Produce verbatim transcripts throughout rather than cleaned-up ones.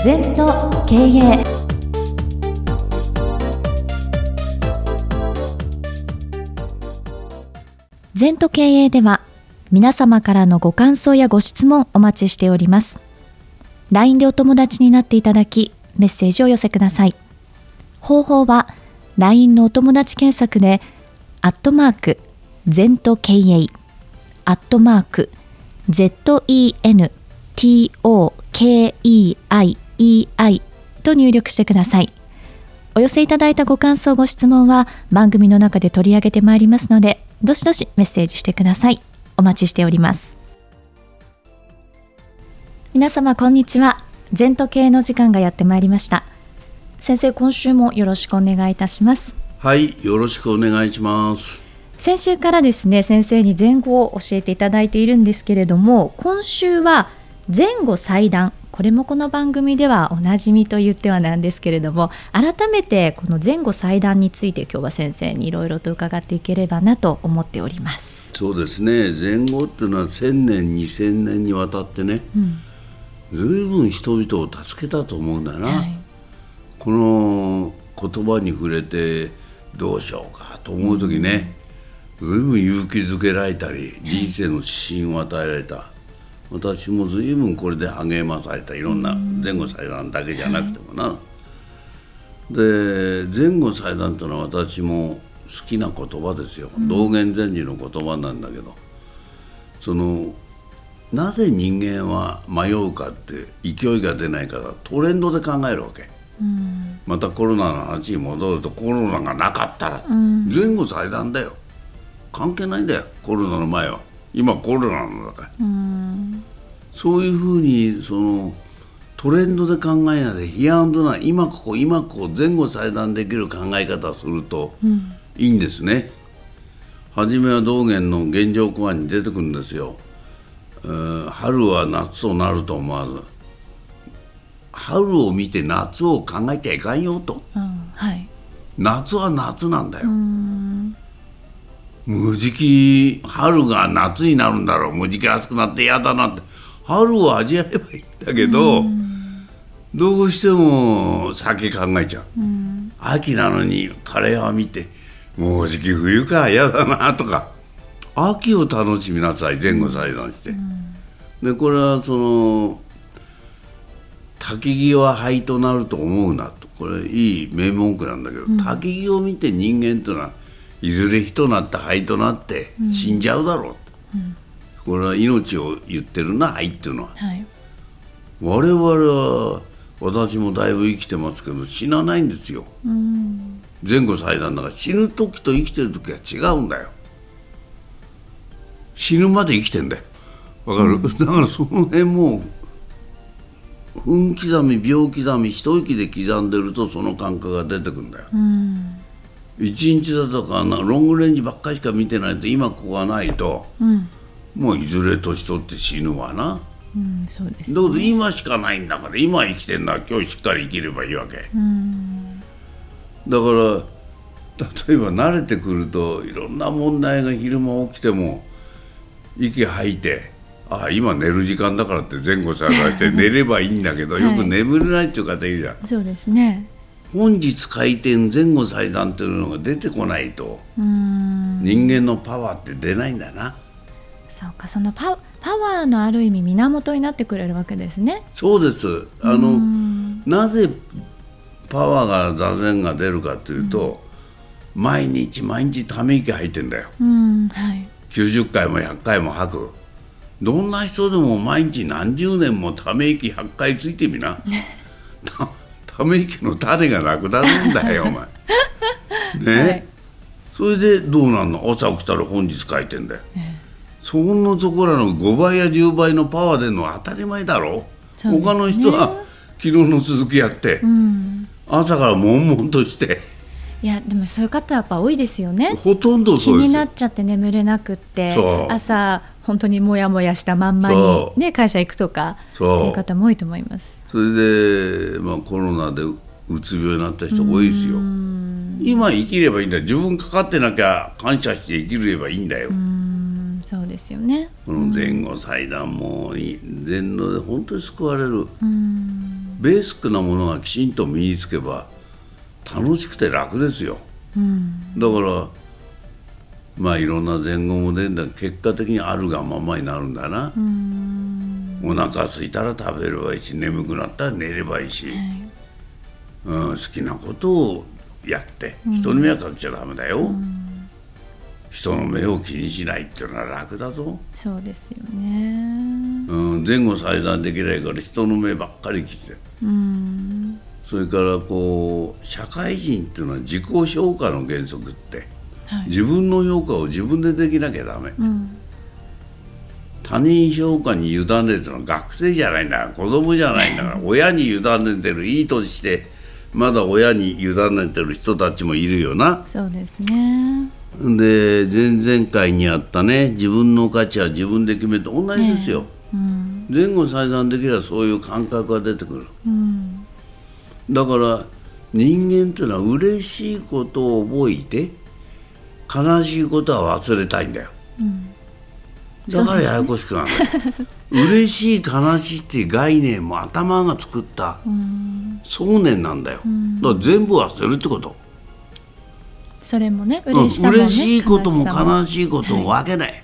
禅と経営。禅と経営では皆様からのご感想やご質問お待ちしております。 ライン でお友達になっていただきメッセージをお寄せください。方法は ライン のお友達検索でアットマーク禅と経営アットマーク ゼットイーエヌティーオーケーイーアイイーアイ と入力してください。お寄せいただいたご感想ご質問は番組の中で取り上げてまいりますので、どしどしメッセージしてください。お待ちしております。皆様こんにちは。禅と経営の時間がやってまいりました。先生、今週もよろしくお願いいたします。 はい、よろしくお願いします。 先週からですね、先生に前後を教えていただいているんですけれども、今週は前後祭壇、これもこの番組ではおなじみと言ってはなんですけれども、改めてこの前後祭壇について今日は先生にいろいろと伺っていければなと思っております。 そうですね、前後っていうのはせんねんにせんねんにわたってね、うん、ずいぶん人々を助けたと思うんだよな、はい、この言葉に触れてどうしようかと思う時ね、ずいぶん勇気づけられたり人生の指針を与えられた、私もずいぶんこれで励まされた。いろんな前後祭壇だけじゃなくてもな、はい、で前後祭壇というのは私も好きな言葉ですよ、うん、道元禅師の言葉なんだけど、そのなぜ人間は迷うかって勢いが出ないからトレンドで考えるわけ、うん、またコロナの話に戻ると、コロナがなかったら前後祭壇だよ、関係ないんだよコロナの前は。今コロナのだから、うん、そういうふうにそのトレンドで考えないでヒアンドな今ここ今ここ前後祭壇できる考え方をするといいんですね、うん、初めは道元の現状講話に出てくるんですよ、えー、春は夏となると思わず春を見て夏を考えちゃいかんよと、うんはい、夏は夏なんだよ。うん無時期春が夏になるんだろう、無時期暑くなって嫌だなって春を味わえばいいんだけど、うん、どうしても先考えちゃう、うん、秋なのに枯葉を見てもうじき冬か嫌だなとか、秋を楽しみなさい前後祭壇して、うん、でこれはその焚き木は灰となると思うなと、これいい名文句なんだけど、うん、焚き木を見て人間というのはいずれ火となって灰となって死んじゃうだろう、うん、これは命を言ってるな灰っていうのは、はい、我々は私もだいぶ生きてますけど死なないんですよ、うん、前後祭壇だから死ぬ時と生きてる時は違うんだよ。死ぬまで生きてんだよ、わかる、うん、だからその辺も分刻み秒刻み一息で刻んでるとその感覚が出てくるんだよ、うん一日だとかなロングレンジばっかりしか見てないと今ここがないと、うん、もういずれ年取って死ぬわな、うん、そうですね、だけど今しかないんだから今生きてんだから今日しっかり生きればいいわけ、うん、だから例えば慣れてくるといろんな問題が昼間起きても息吐いてああ今寝る時間だからって前後探して寝ればいいんだけど、はい、よく眠れないっていう方いるじゃん。 そうですね、 本日開店前後祭壇というのが出てこないと人間のパワーって出ないんだな。 そうか、その パ, パワーのある意味源になってくれるわけですね。 そうです。あのなぜパワーが座禅が出るかというと、うん、毎日毎日ため息吐いてんだよ、うんはい、きゅうじゅっかいもひゃっかいも吐く。どんな人でも毎日何十年もため息ひゃっかいついてみなため息の種がなくなるんだよお前ね、はい、それでどうなんの、朝起きたら本日書いてんだよ、ええ、そこのところのごばいやじゅうばいのパワー出るのは当たり前だろ。そうですね、他の人は昨日の続きやって、うん、朝から悶々として。 いやでもそういう方やっぱ多いですよね。 ほとんどそうです。 気になっちゃって眠れなくって朝本当にモヤモヤしたまんまに、ね、会社行くとかっていう方も多いと思います。 それで、まあ、コロナでうつ病になった人多いですよ。今生きればいいんだよ。自分かかってなきゃ感謝して生きればいいんだよ。うーんそうですよね。 この前後祭壇も禅ので本当に救われる。うーんベーシックなものがきちんと身につけば楽しくて楽ですよ、うん、だからまあいろんな前後も出るんだけど結果的にあるがままになるんだな、うん、お腹空いたら食べればいいし眠くなったら寝ればいいし、はいうん、好きなことをやって人に迷惑かけちゃダメだよ、うん、人の目を気にしないっていうのは楽だぞ。 そうですよね、 うん、前後裁断できないから人の目ばっかり気にして、うん、それからこう社会人っていうのは自己評価の原則って、はい、自分の評価を自分でできなきゃダメ、うん、他人評価に委ねてるのは学生じゃないんだから子供じゃないんだから親に委ねてるいい年してまだ親に委ねてる人たちもいるよな。 そうですね。 で前々回にあったね自分の価値は自分で決めて同じですよ、えーうん、前後裁断できればそういう感覚が出てくる、うん、だから人間っていうのは嬉しいことを覚えて悲しいことは忘れたいんだよ、うん、だからややこしくなる、ね、嬉しい悲しいっていう概念も頭が作った想念なんだよ、うん、だから全部忘れるってこと。 それもね嬉しさもね、 嬉しいことも悲しいことも分けない、はい、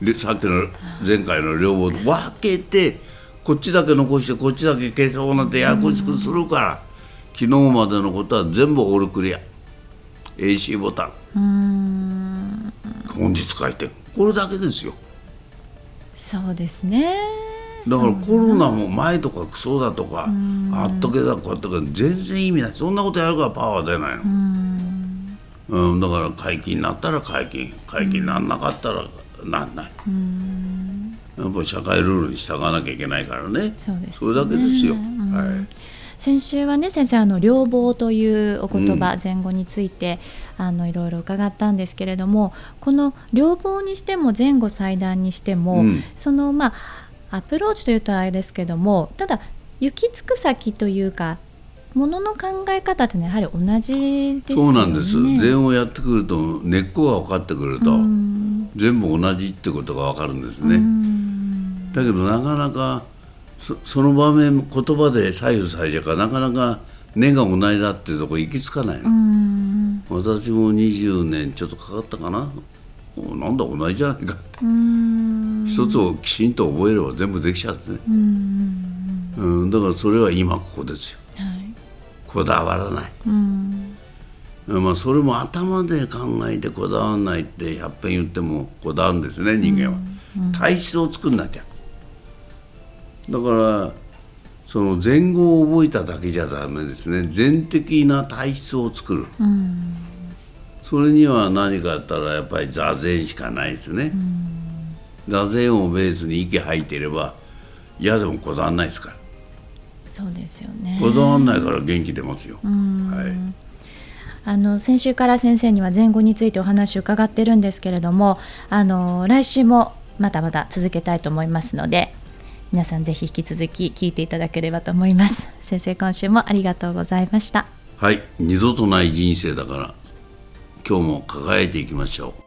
でさっきの前回の両方分けてこっちだけ残してこっちだけ消そうなんてややこしくするから、うん、昨日までのことは全部オールクリア エーシー ボタンうーん本日書いてこれだけですよ。 そうですね。 だからコロナも前とかクソだとかあっとけだとか全然意味ない。そんなことやるからパワー出ないの。うん、だから解禁になったら解禁解禁にならなかったらなんない。うんやっぱり社会ルールに従わなきゃいけないからね。 そうですね。 それだけですよ、はい、 先週はね先生あの両方というお言葉、うん、前後についてあのいろいろ伺ったんですけれどもこの両方にしても前後裁断にしても、うん、そのまあアプローチというとあれですけどもただ行き着く先というかものの考え方ってねやはり同じですよね。 そうなんです。前をやってくると根っこが分かってくると全部同じってことが分かるんですね。だけどなかなか そ, その場面言葉で左右されちゃうからなかなか根が同じだっていうところ行き着かないの。私もにじゅうねんちょっとかかったかな。なんだ同じじゃないかって一つをきちんと覚えれば全部できちゃってね。うん、だからそれは今ここですよ、はい、こだわらない、うんまあ、それも頭で考えてこだわらないってひゃっぺん言ってもこだわるんですね人間は、うんうん、体質を作んなきゃ。だからその前後を覚えただけじゃダメですね。全的な体質を作る、うん、それには何かやったらやっぱり座禅しかないですね、うん、座禅をベースに息吐いていれば嫌でもこだわらないですから。 そうですよね。 こだわらないから元気出ますよ、はい、 あの先週から先生には前後についてお話を伺ってるんですけれどもあの来週もまたまた続けたいと思いますので皆さんぜひ引き続き聞いていただければと思います。先生今週もありがとうございました。 はい、二度とない人生だから今日も輝いていきましょう。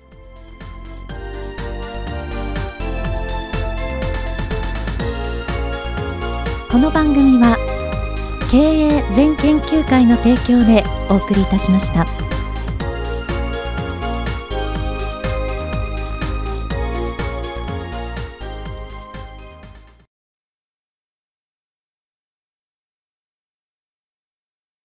この番組は経営全研究会の提供でお送りいたしました。